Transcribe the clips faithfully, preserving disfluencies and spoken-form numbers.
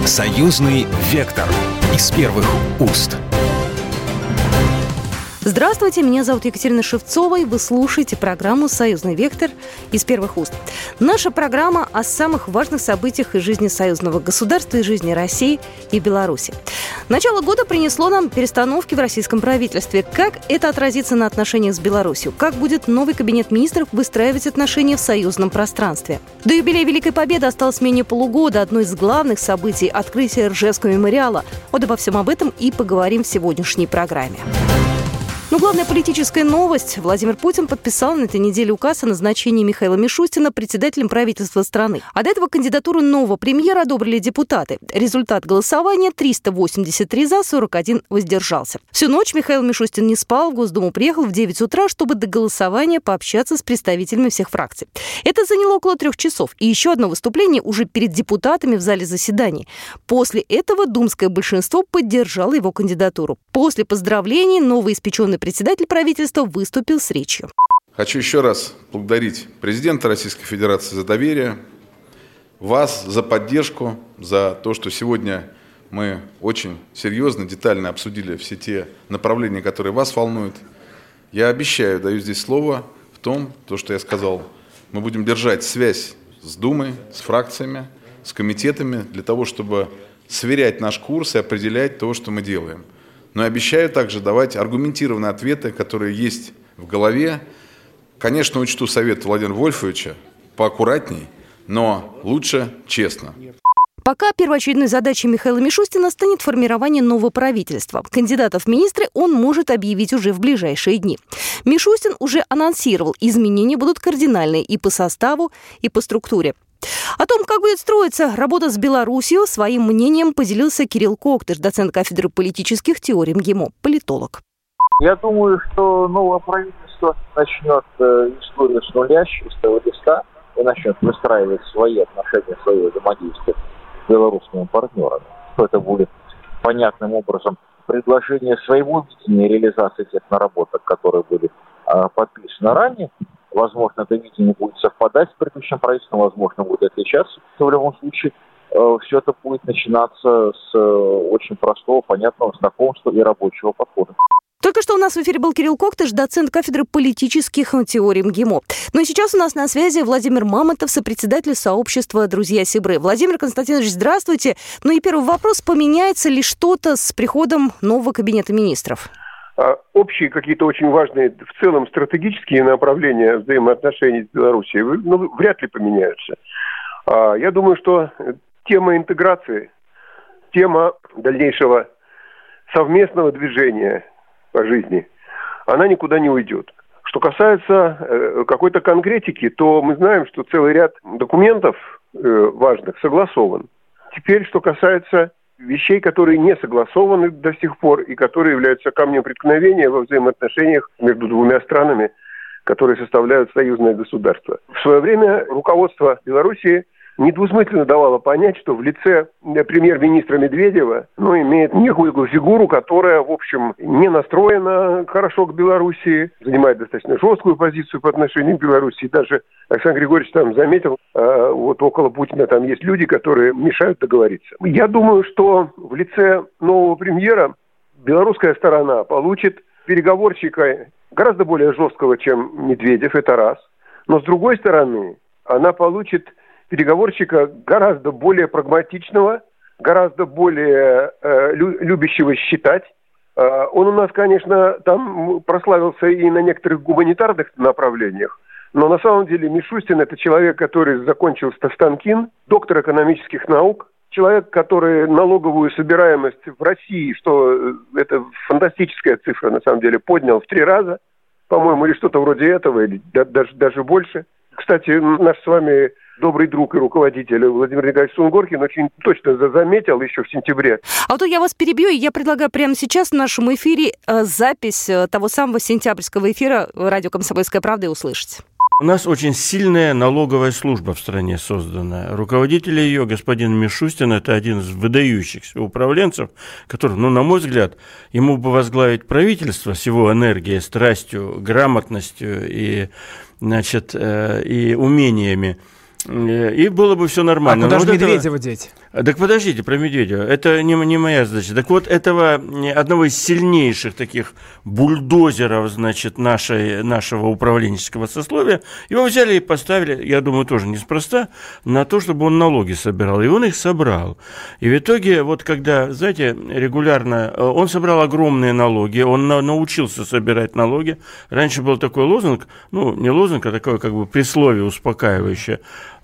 Союзный вектор из первых уст. Здравствуйте, меня зовут Екатерина Шевцова, и вы слушаете программу «Союзный вектор» из первых уст. Наша программа о самых важных событиях из жизни союзного государства, из жизни России и Беларуси. Начало года принесло нам перестановки в российском правительстве. Как это отразится на отношениях с Беларусью? Как будет новый кабинет министров выстраивать отношения в союзном пространстве? До юбилея Великой Победы осталось менее полугода. Одно из главных событий – открытие Ржевского мемориала. Вот обо всем об этом и поговорим в сегодняшней программе. Но главная политическая новость. Владимир Путин подписал на этой неделе указ о назначении Михаила Мишустина председателем правительства страны. А до этого кандидатуру нового премьера одобрили депутаты. Результат голосования – триста восемьдесят три за, сорок один воздержался. Всю ночь Михаил Мишустин не спал, в Госдуму приехал в девять утра, чтобы до голосования пообщаться с представителями всех фракций. Это заняло около трех часов. И еще одно выступление уже перед депутатами в зале заседаний. После этого думское большинство поддержало его кандидатуру. После поздравлений новоиспеченный председатель правительства выступил с речью. Хочу еще раз поблагодарить президента Российской Федерации за доверие, вас за поддержку, за то, что сегодня мы очень серьезно, детально обсудили все те направления, которые вас волнуют. Я обещаю, даю здесь слово в том, то, что я сказал, мы будем держать связь с Думой, с фракциями, с комитетами для того, чтобы сверять наш курс и определять то, что мы делаем. Но я обещаю также давать аргументированные ответы, которые есть в голове. Конечно, учту совет Владимира Вольфовича поаккуратней, но лучше честно. Пока первоочередной задачей Михаила Мишустина станет формирование нового правительства. Кандидатов в министры он может объявить уже в ближайшие дни. Мишустин уже анонсировал, изменения будут кардинальные и по составу, и по структуре. О том, как будет строиться работа с Беларусью, своим мнением поделился Кирилл Коктыш, доцент кафедры политических теорий МГИМО, политолог. Я думаю, что новое правительство начнет историю с нуля, с чистого листа, и начнет выстраивать свои отношения, свои взаимодействия с белорусскими партнерами. Это будет понятным образом предложение своего видения реализации тех наработок, которые были э, подписаны ранее. Возможно, это видение будет совпадать с предыдущим правительством, возможно, будет отличаться. Но в любом случае, э, все это будет начинаться с э, очень простого, понятного знакомства и рабочего подхода. Только что у нас в эфире был Кирилл Коктыш, доцент кафедры политических теорий МГИМО. Ну и сейчас у нас на связи Владимир Мамонтов, сопредседатель сообщества «Друзья-сябры». Владимир Константинович, здравствуйте. Ну и первый вопрос. Поменяется ли что-то с приходом нового кабинета министров? Общие какие-то очень важные в целом стратегические направления взаимоотношений с Белоруссией ну, вряд ли поменяются. Я думаю, что тема интеграции, тема дальнейшего совместного движения по жизни, она никуда не уйдет. Что касается какой-то конкретики, то мы знаем, что целый ряд документов важных согласован. Теперь, что касается вещей, которые не согласованы до сих пор и которые являются камнем преткновения во взаимоотношениях между двумя странами, которые составляют союзное государство. В свое время руководство Белоруссии недвусмысленно давало понять, что в лице премьер-министра Медведева ну, имеет некую фигуру, которая, в общем, не настроена хорошо к Белоруссии, занимает достаточно жесткую позицию по отношению к Белоруссии. Даже Александр Григорьевич там заметил, э, вот около Путина там есть люди, которые мешают договориться. Я думаю, что в лице нового премьера белорусская сторона получит переговорщика гораздо более жесткого, чем Медведев, это раз. Но с другой стороны, она получит переговорщика гораздо более прагматичного, гораздо более э, лю- любящего считать. Э, он у нас, конечно, там прославился и на некоторых гуманитарных направлениях, но на самом деле Мишустин – это человек, который закончил Ставстанкин, доктор экономических наук, человек, который налоговую собираемость в России, что это фантастическая цифра на самом деле, поднял в три раза, по-моему, или что-то вроде этого, или да- даже, даже больше. Кстати, наш с вами добрый друг и руководитель Владимир Николаевич Сунгоркин очень точно заметил еще в сентябре. А вот тут я вас перебью, и я предлагаю прямо сейчас в нашем эфире запись того самого сентябрьского эфира радио «Комсомольская правда» и услышать. У нас очень сильная налоговая служба в стране создана. Руководитель ее, господин Мишустин, это один из выдающихся управленцев, который, ну, на мой взгляд, ему бы возглавить правительство с его энергией, страстью, грамотностью и, значит, и умениями И было бы все нормально. А куда вот же Медведева этого... деть? Так подождите, про Медведева. Это не, не моя задача. Так вот, этого одного из сильнейших таких бульдозеров, значит, нашей, нашего управленческого сословия, его взяли и поставили, я думаю, тоже неспроста, на то, чтобы он налоги собирал. И он их собрал. И в итоге, вот когда, знаете, регулярно, он собрал огромные налоги, он на, научился собирать налоги. Раньше был такой лозунг, ну, не лозунг, а такое как бы присловие успокаивающее.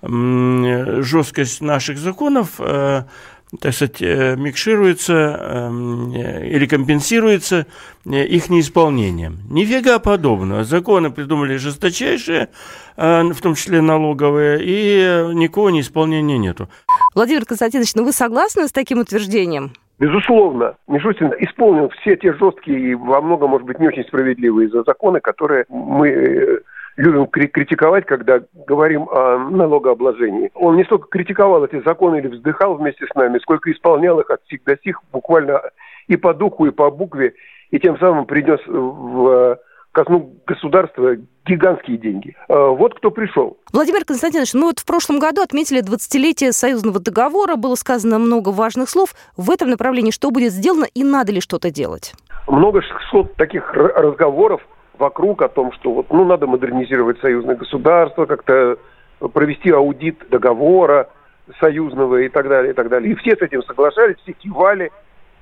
Жесткость наших законов, э, так сказать, э, микшируется э, или компенсируется э, их неисполнением. Нифига подобного. Законы придумали жесточайшие, э, в том числе налоговые, и никакого неисполнения нету. Владимир Константинович, ну вы согласны с таким утверждением? Безусловно, Мишустин исполнил все те жесткие и во многом, может быть, не очень справедливые законы, которые мы любим критиковать, когда говорим о налогообложении. Он не столько критиковал эти законы или вздыхал вместе с нами, сколько исполнял их от сих до сих, буквально и по духу, и по букве, и тем самым принес в казну государства гигантские деньги. Вот кто пришел. Владимир Константинович, мы вот в прошлом году отметили двадцатилетие союзного договора, было сказано много важных слов. В этом направлении что будет сделано и надо ли что-то делать? Много шло таких разговоров вокруг о том, что вот, ну, надо модернизировать союзное государство, как-то провести аудит договора союзного и так далее, и так далее. И все с этим соглашались, все кивали,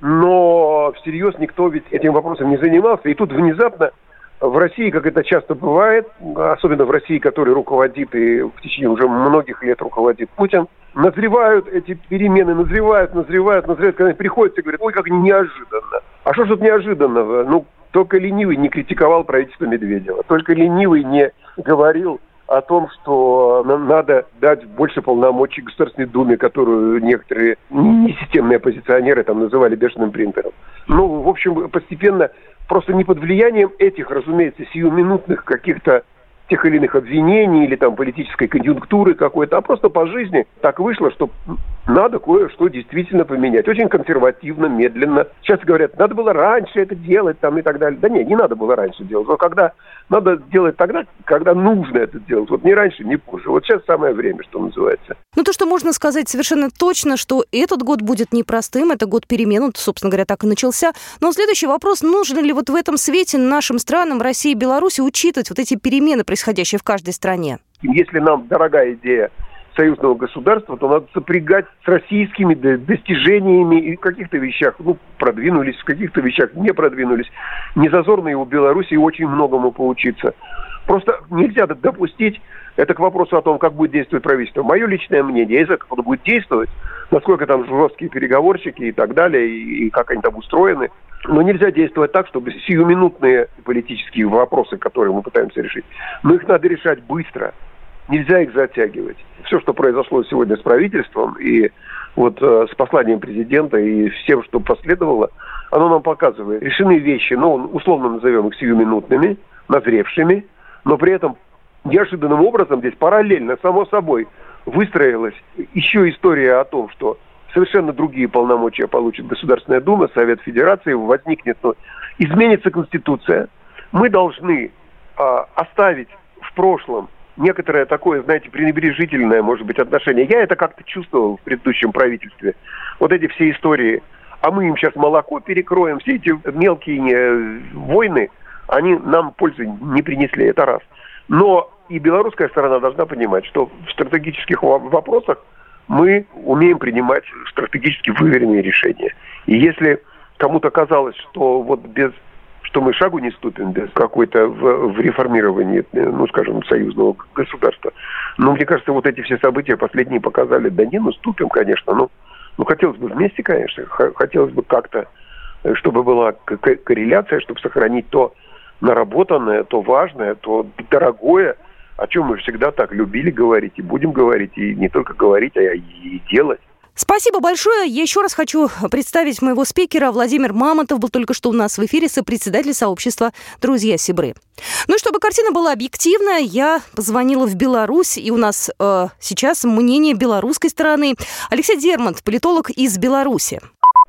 но всерьез никто ведь этим вопросом не занимался. И тут внезапно в России, как это часто бывает, особенно в России, которой руководит и в течение уже многих лет руководит Путин, назревают эти перемены, назревают, назревают, назревают, когда они приходят и говорят, ой, как неожиданно. А что ж тут неожиданного? Ну, только ленивый не критиковал правительство Медведева, только ленивый не говорил о том, что нам надо дать больше полномочий Государственной Думе, которую некоторые несистемные оппозиционеры там называли бешеным принтером. Ну, в общем, постепенно, просто не под влиянием этих, разумеется, сиюминутных каких-то тех или иных обвинений или там политической конъюнктуры какой-то, а просто по жизни так вышло, что надо кое-что действительно поменять. Очень консервативно, медленно. Сейчас говорят, надо было раньше это делать там и так далее. Да нет, не надо было раньше делать. Но когда надо делать тогда, когда нужно это делать. Вот не раньше, не позже. Вот сейчас самое время, что называется. Ну, то, что можно сказать совершенно точно, что этот год будет непростым, это год перемен, он, собственно говоря, так и начался. Но следующий вопрос, нужно ли вот в этом свете нашим странам, России и Беларуси, учитывать вот эти перемены, происходящие в каждой стране? Если нам дорогая идея союзного государства, то надо сопрягать с российскими достижениями и в каких-то вещах, ну, продвинулись, в каких-то вещах не продвинулись. Не зазорно и у Беларуси очень многому поучиться. Просто нельзя допустить, это к вопросу о том, как будет действовать правительство. Мое личное мнение, если как оно будет действовать, насколько там жесткие переговорщики и так далее, и как они там устроены, но нельзя действовать так, чтобы сиюминутные политические вопросы, которые мы пытаемся решить, но их надо решать быстро. Нельзя их затягивать. Все, что произошло сегодня с правительством и вот э, с посланием президента и всем, что последовало, оно нам показывает. Решены вещи, ну, условно назовем их сиюминутными, назревшими, но при этом неожиданным образом здесь параллельно, само собой, выстроилась еще история о том, что совершенно другие полномочия получит Государственная Дума, Совет Федерации, возникнет, ну, изменится Конституция. Мы должны э, оставить в прошлом некоторое такое, знаете, пренебрежительное, может быть, отношение. Я это как-то чувствовал в предыдущем правительстве. Вот эти все истории. А мы им сейчас молоко перекроем. Все эти мелкие войны, они нам пользы не принесли, это раз. Но и белорусская сторона должна понимать, что в стратегических вопросах мы умеем принимать стратегически выверенные решения. И если кому-то казалось, что вот без... что мы шагу не ступим без какой-то в, в реформировании, ну, скажем, союзного государства. Но мне кажется, вот эти все события последние показали, да не, ну, ступим, конечно, ну, ну хотелось бы вместе, конечно, хотелось бы как-то, чтобы была корреляция, чтобы сохранить то наработанное, то важное, то дорогое, о чем мы всегда так любили говорить и будем говорить, и не только говорить, а и делать. Спасибо большое. Я еще раз хочу представить моего спикера. Владимир Мамонтов был только что у нас в эфире, сопредседатель сообщества «Друзья-сябры». Ну и чтобы картина была объективная, я позвонила в Беларусь, и у нас э, сейчас мнение белорусской стороны. Алексей Дермант, политолог из Беларуси.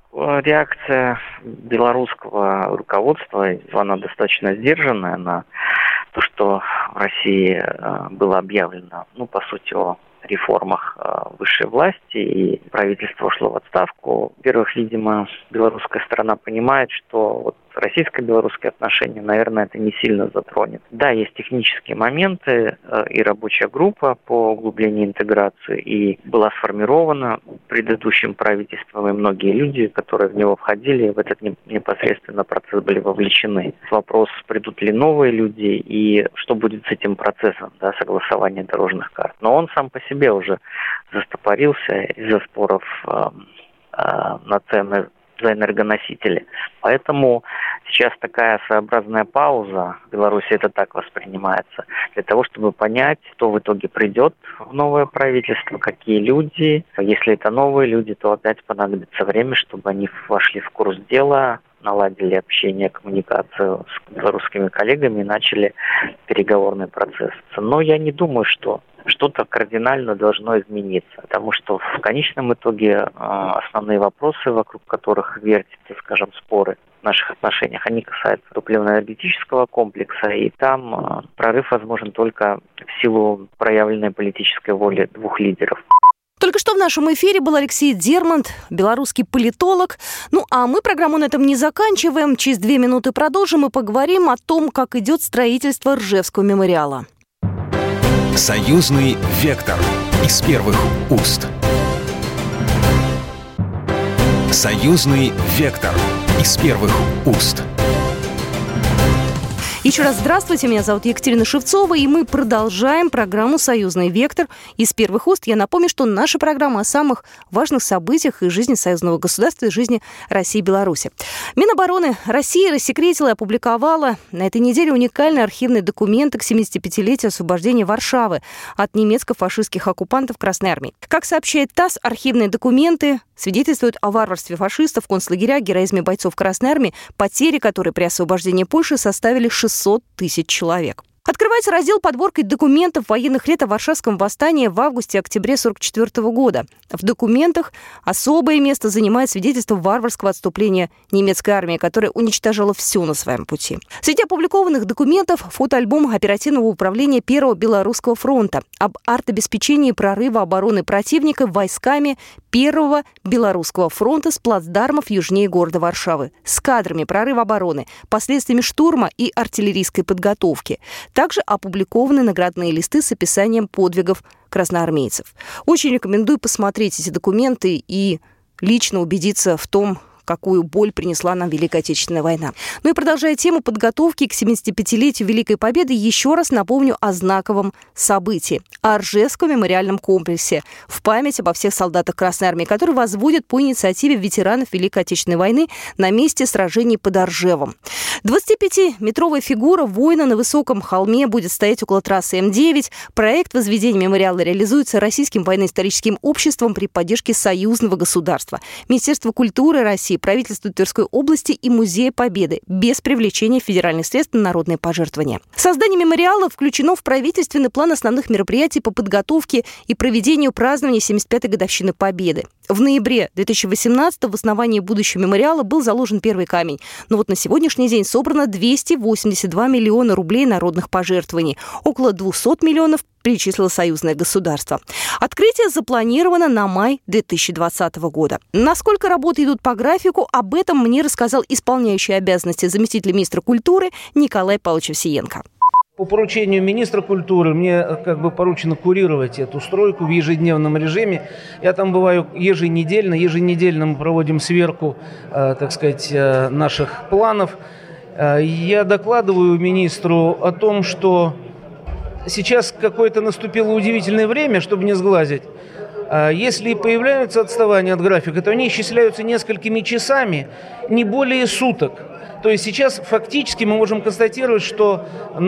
Реакция белорусского руководства, она достаточно сдержанная на то, что в России было объявлено, ну, по сути, о реформах высшей власти, и правительство ушло в отставку. Во-первых, видимо, белорусская сторона понимает, что вот российско-белорусские отношения, наверное, это не сильно затронет. Да, есть технические моменты, и рабочая группа по углублению интеграции, и была сформирована предыдущим правительством, и многие люди, которые в него входили, в этот непосредственно процесс были вовлечены. Вопрос, придут ли новые люди, и что будет с этим процессом, да, согласования дорожных карт. Но он сам по себе уже застопорился из-за споров э, э, на цены за энергоносители. Поэтому сейчас такая своеобразная пауза, в Беларуси это так воспринимается, для того, чтобы понять, кто в итоге придет в новое правительство, какие люди. Если это новые люди, то опять понадобится время, чтобы они вошли в курс дела, наладили общение, коммуникацию с белорусскими коллегами и начали переговорный процесс. Но я не думаю, что что-то кардинально должно измениться, потому что в конечном итоге основные вопросы, вокруг которых вертятся, скажем, споры в наших отношениях, они касаются топливно-энергетического комплекса, и там прорыв возможен только в силу проявленной политической воли двух лидеров. Только что в нашем эфире был Алексей Дермант, белорусский политолог. Ну, а мы программу на этом не заканчиваем. Через две минуты продолжим и поговорим о том, как идет строительство Ржевского мемориала. Союзный вектор из первых уст. Союзный вектор из первых уст. Еще раз здравствуйте, меня зовут Екатерина Шевцова, и мы продолжаем программу «Союзный вектор» из первых уст. Я напомню, что наша программа о самых важных событиях из жизни союзного государства и жизни России и Беларуси. Минобороны России рассекретила и опубликовала на этой неделе уникальные архивные документы к семидесятипятилетию освобождения Варшавы от немецко-фашистских оккупантов Красной Армии. Как сообщает ТАСС, архивные документы свидетельствуют о варварстве фашистов, концлагерях, героизме бойцов Красной Армии, потери, которые при освобождении Польши составили шестьсот тысяч человек. Открывается раздел подборкой документов военных лет о Варшавском восстании в августе-октябре сорок четвёртого года. В документах особое место занимает свидетельство варварского отступления немецкой армии, которая уничтожала все на своем пути. Среди опубликованных документов фотоальбом оперативного управления Первого Белорусского фронта об артобеспечении прорыва обороны противника войсками Первого Белорусского фронта с плацдармов южнее города Варшавы, с кадрами прорыва обороны, последствиями штурма и артиллерийской подготовки. Также опубликованы наградные листы с описанием подвигов красноармейцев. Очень рекомендую посмотреть эти документы и лично убедиться в том, какую боль принесла нам Великая Отечественная война. Ну и продолжая тему подготовки к семидесятипятилетию Великой Победы, еще раз напомню о знаковом событии – о Ржевском мемориальном комплексе в память обо всех солдатах Красной Армии, который возводят по инициативе ветеранов Великой Отечественной войны на месте сражений под Ржевом. двадцатипятиметровая фигура воина на высоком холме будет стоять около трассы М девять. Проект возведения мемориала реализуется Российским военно-историческим обществом при поддержке союзного государства, Министерства культуры России, правительству Тверской области и Музея Победы без привлечения федеральных средств на народные пожертвования. Создание мемориала включено в правительственный план основных мероприятий по подготовке и проведению празднования семьдесят пятой годовщины Победы. В ноябре две тысячи восемнадцатого в основании будущего мемориала был заложен первый камень. Но вот на сегодняшний день собрано двести восемьдесят два миллиона рублей народных пожертвований. Около двести миллионов перечислило союзное государство. Открытие запланировано на май две тысячи двадцатого года. Насколько работы идут по графику, об этом мне рассказал исполняющий обязанности заместителя министра культуры Николай Павлович Овсиенко. По поручению министра культуры мне как бы поручено курировать эту стройку в ежедневном режиме. Я там бываю еженедельно. Еженедельно мы проводим сверку, э, так сказать, э, наших планов. Э, я докладываю министру о том, что сейчас какое-то наступило удивительное время, чтобы не сглазить. Э, если появляются отставания от графика, то они исчисляются несколькими часами, не более суток. То есть сейчас фактически мы можем констатировать, что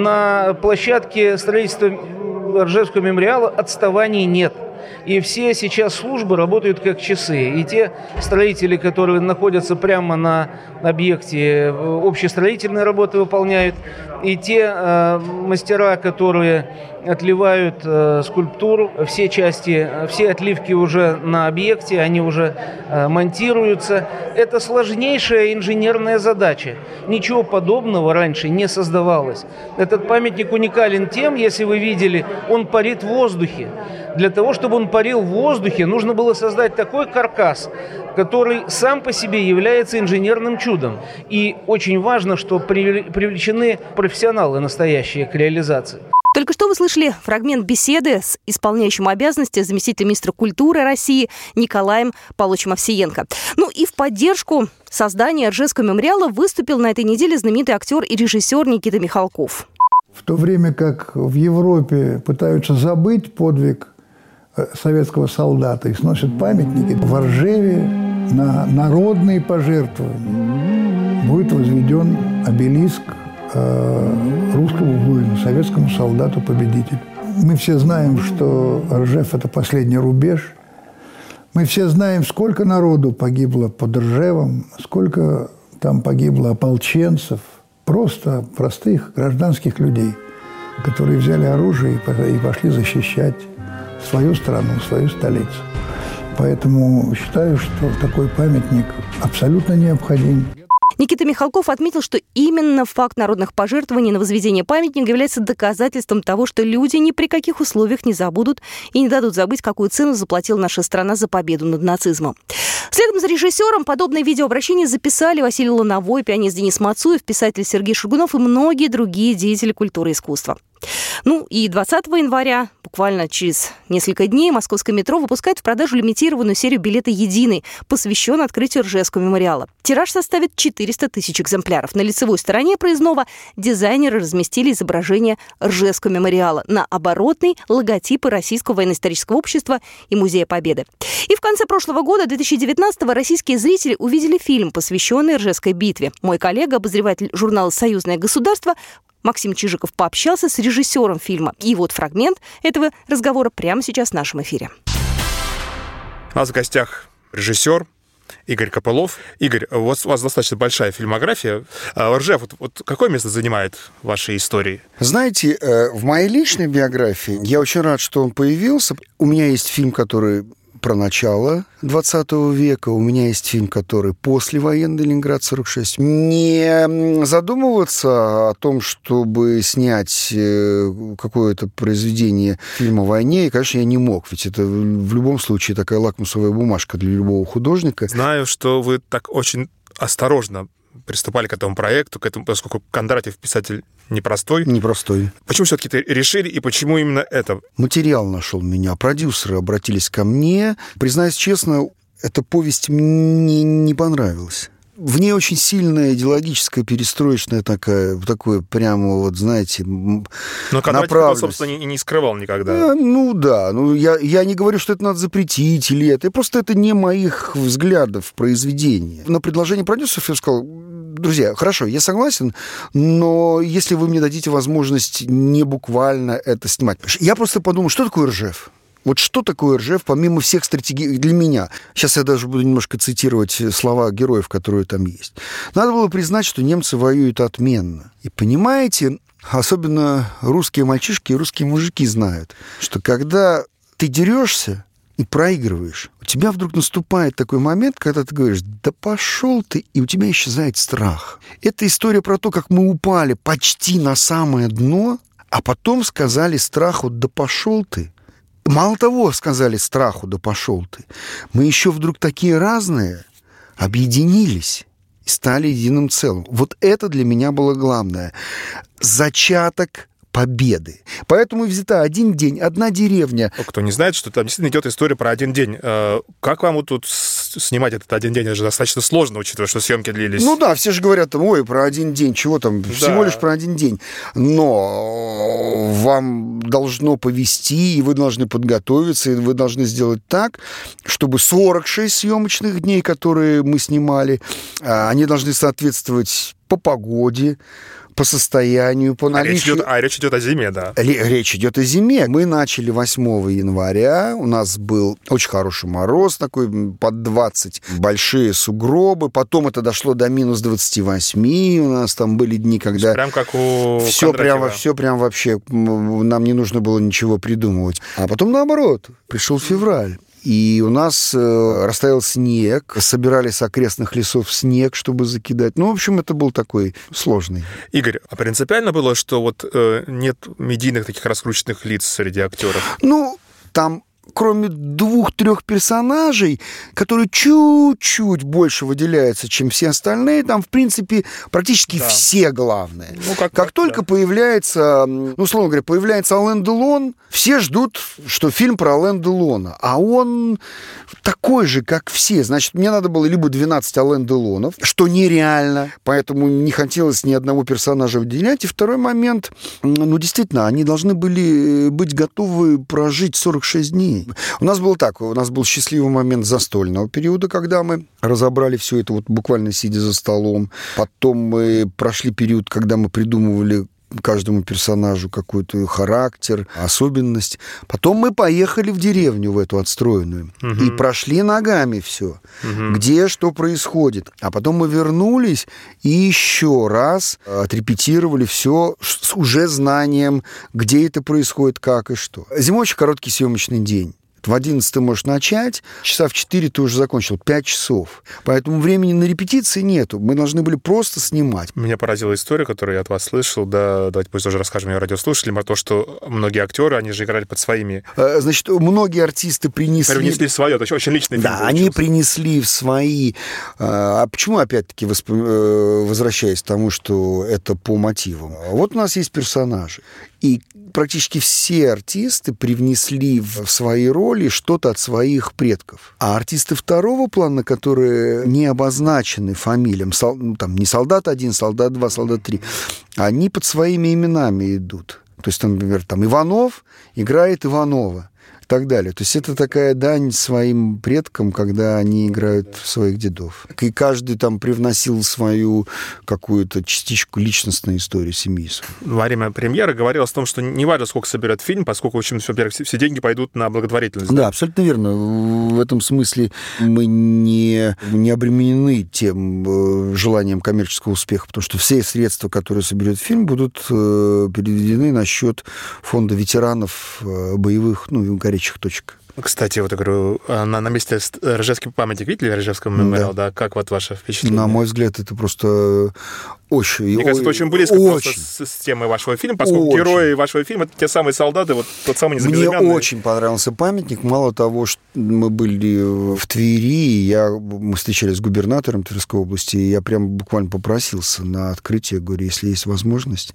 на площадке строительства Ржевского мемориала отставаний нет. И все сейчас службы работают как часы. И те строители, которые находятся прямо на объекте, общестроительные работы выполняют. И те э, мастера, которые отливают э, скульптуру, все части, все отливки уже на объекте, они уже э, монтируются. Это сложнейшая инженерная задача. Ничего подобного раньше не создавалось. Этот памятник уникален тем, если вы видели, он парит в воздухе. Для того, чтобы он парил в воздухе, нужно было создать такой каркас, который сам по себе является инженерным чудом. И очень важно, что привлечены профессионалы настоящие к реализации. Только что вы слышали фрагмент беседы с исполняющим обязанности заместителя министра культуры России Николаем Павловичем Овсиенко. Ну и в поддержку создания Ржевского мемориала выступил на этой неделе знаменитый актер и режиссер Никита Михалков. В то время как в Европе пытаются забыть подвиг советского солдата и сносят памятники, в Ржеве на народные пожертвования будет возведен обелиск русскому воину, советскому солдату-победителю. Мы все знаем, что Ржев – это последний рубеж. Мы все знаем, сколько народу погибло под Ржевом, сколько там погибло ополченцев, просто простых гражданских людей, которые взяли оружие и пошли защищать свою страну, свою столицу. Поэтому считаю, что такой памятник абсолютно необходим. Никита Михалков отметил, что именно факт народных пожертвований на возведение памятника является доказательством того, что люди ни при каких условиях не забудут и не дадут забыть, какую цену заплатила наша страна за победу над нацизмом. Следом за режиссером подобное видеообращение записали Василий Лановой, пианист Денис Мацуев, писатель Сергей Шургунов и многие другие деятели культуры и искусства. Ну и двадцатого января, буквально через несколько дней, московское метро выпускает в продажу лимитированную серию билета «Единый», посвященную открытию Ржевского мемориала. Тираж составит четыреста тысяч экземпляров. На лицевой стороне проездного дизайнеры разместили изображение Ржевского мемориала, на оборотной – логотипы Российского военно-исторического общества и Музея Победы. И в конце прошлого года, две тысячи девятнадцатого, российские зрители увидели фильм, посвященный Ржевской битве. Мой коллега, обозреватель журнала «Союзное государство» Максим Чижиков пообщался с режиссером фильма. И вот фрагмент этого разговора прямо сейчас в нашем эфире. У нас в гостях режиссер Игорь Копылов. Игорь, у вас, у вас достаточно большая фильмография. Ржев, вот, вот какое место занимает в вашей истории? Знаете, в моей личной биографии я очень рад, что он появился. У меня есть фильм, который про начало двадцатого века. У меня есть фильм, который послевоенный, Ленинград сорок шесть. Не задумываться о том, чтобы снять какое-то произведение фильма о войне, и, конечно, я не мог. Ведь это в любом случае такая лакмусовая бумажка для любого художника. Знаю, что вы так очень осторожно приступали к этому проекту, к этому, поскольку Кондратьев писатель непростой. Непростой. Почему все-таки это решили, и почему именно это? Материал нашел меня, продюсеры обратились ко мне. Признаюсь честно, эта повесть мне не понравилась. В ней очень сильная идеологическая, перестроечная такая, такое прямо вот, знаете, Но Кондратьев это, собственно, не, не скрывал никогда. А, ну да, ну я, я не говорю, что это надо запретить или это. Просто это не моих взглядов произведения. На предложение продюсеров я сказал: друзья, хорошо, я согласен, но если вы мне дадите возможность не буквально это снимать. Я просто подумал, что такое Ржев? Вот что такое Ржев, помимо всех стратегий для меня? Сейчас я даже буду немножко цитировать слова героев, которые там есть. Надо было признать, что немцы воюют отменно. И понимаете, особенно русские мальчишки и русские мужики знают, что когда ты дерешься и проигрываешь, у тебя вдруг наступает такой момент, когда ты говоришь: да пошел ты, и у тебя исчезает страх. Это история про то, как мы упали почти на самое дно, а потом сказали страху: да пошел ты. Мало того, сказали страху: да пошел ты, мы еще вдруг такие разные объединились и стали единым целым. Вот это для меня было главное. Зачаток победы. Поэтому взята один день, одна деревня. Кто не знает, что там действительно идет история про один день. Как вам вот тут снимать этот один день? Это же достаточно сложно, учитывая, что съемки длились. Ну да, все же говорят, там, ой, про один день, чего там, да. Всего лишь про один день. Но вам должно повести, и вы должны подготовиться, и вы должны сделать так, чтобы сорок шесть съемочных дней, которые мы снимали, они должны соответствовать по погоде, по состоянию, по наличию... А речь идет, а речь идет о зиме, да. Речь идет о зиме. Мы начали восьмого января, у нас был очень хороший мороз, такой под двадцать, большие сугробы, потом это дошло до минус двадцати восьми, у нас там были дни, когда... Прям как у все прям, все прям вообще, нам не нужно было ничего придумывать. А потом наоборот, пришел февраль. И у нас э, растаял снег, собирали с окрестных лесов снег, чтобы закидать. Ну, в общем, это был такой сложный. Игорь, а принципиально было, что вот э, нет медийных таких раскрученных лиц среди актеров? Ну, там... Кроме двух-трех персонажей, которые чуть-чуть больше выделяются, чем все остальные, там, в принципе, практически да. все главные. Ну, как, как только да. появляется, ну, условно говоря, появляется Ален Делон, все ждут, что фильм про Алена Делона. А он такой же, как все. Значит, мне надо было либо двенадцать Ален Делонов, что нереально, поэтому не хотелось ни одного персонажа выделять. И второй момент, ну, действительно, они должны были быть готовы прожить сорок шесть дней. У нас было так, у нас был счастливый момент застольного периода, когда мы разобрали все это вот буквально сидя за столом. Потом мы прошли период, когда мы придумывали каждому персонажу какой-то характер, особенность. Потом мы поехали в деревню в эту отстроенную угу. и прошли ногами все, угу. где что происходит. А потом мы вернулись и еще раз отрепетировали все с уже знанием, где это происходит, как и что. Зимой очень короткий съемочный день. В одиннадцать ты можешь начать, часа в четыре ты уже закончил, пять часов. Поэтому времени на репетиции нету. Мы должны были просто снимать. Меня поразила история, которую я от вас слышал. Да, давайте пусть тоже расскажем ее радиослушателям о том, что многие актеры, они же играли под своими... Значит, многие артисты принесли... Принесли свое, это очень личный фильм. Да, получился. Они принесли в свои... А почему, опять-таки, восп... возвращаясь к тому, что это по мотивам? Вот у нас есть персонажи. И практически все артисты привнесли в свои роли что-то от своих предков. А артисты второго плана, которые не обозначены фамилиям, сол, ну, там не солдат один, солдат два, солдат три, они под своими именами идут. То есть, там, например, там Иванов играет Иванова. И так далее. То есть это такая дань своим предкам, когда они играют своих дедов. И каждый там привносил свою какую-то частичку личностной истории семьи. Во время премьеры говорилось о том, что не важно, сколько соберет фильм, поскольку, в общем, все деньги пойдут на благотворительность. Да, абсолютно верно. В этом смысле мы не, не обременены тем желанием коммерческого успеха, потому что все средства, которые соберет фильм, будут переведены на счет фонда ветеранов боевых, ну, горячих точек. Кстати, вот я говорю, на, на месте Ржевский памятник, видели Ржевского мемориала, да. да? Как вот ваше впечатление? На мой взгляд, это просто очень... Мне кажется, это очень близко очень. Просто с, с темой вашего фильма, поскольку очень. Герои вашего фильма — это те самые солдаты, вот тот самый незабвенный. Мне очень понравился памятник. Мало того, что мы были в Твери, я, мы встречались с губернатором Тверской области, и я прям буквально попросился на открытие, говорю, если есть возможность,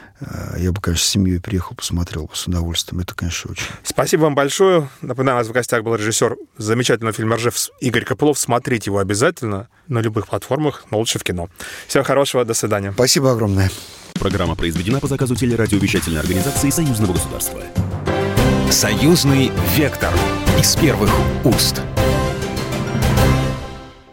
я бы, конечно, с семьей приехал, посмотрел бы с удовольствием. Это, конечно, очень. Спасибо вам большое. Напоминаю, у нас в гостях был режиссер замечательного фильма «Ржев» Игорь Копылов. Смотрите его обязательно на любых платформах, но лучше в кино. Всего хорошего, до свидания. Спасибо огромное. Программа произведена по заказу телерадиовещательной организации Союзного государства. Союзный вектор из первых уст.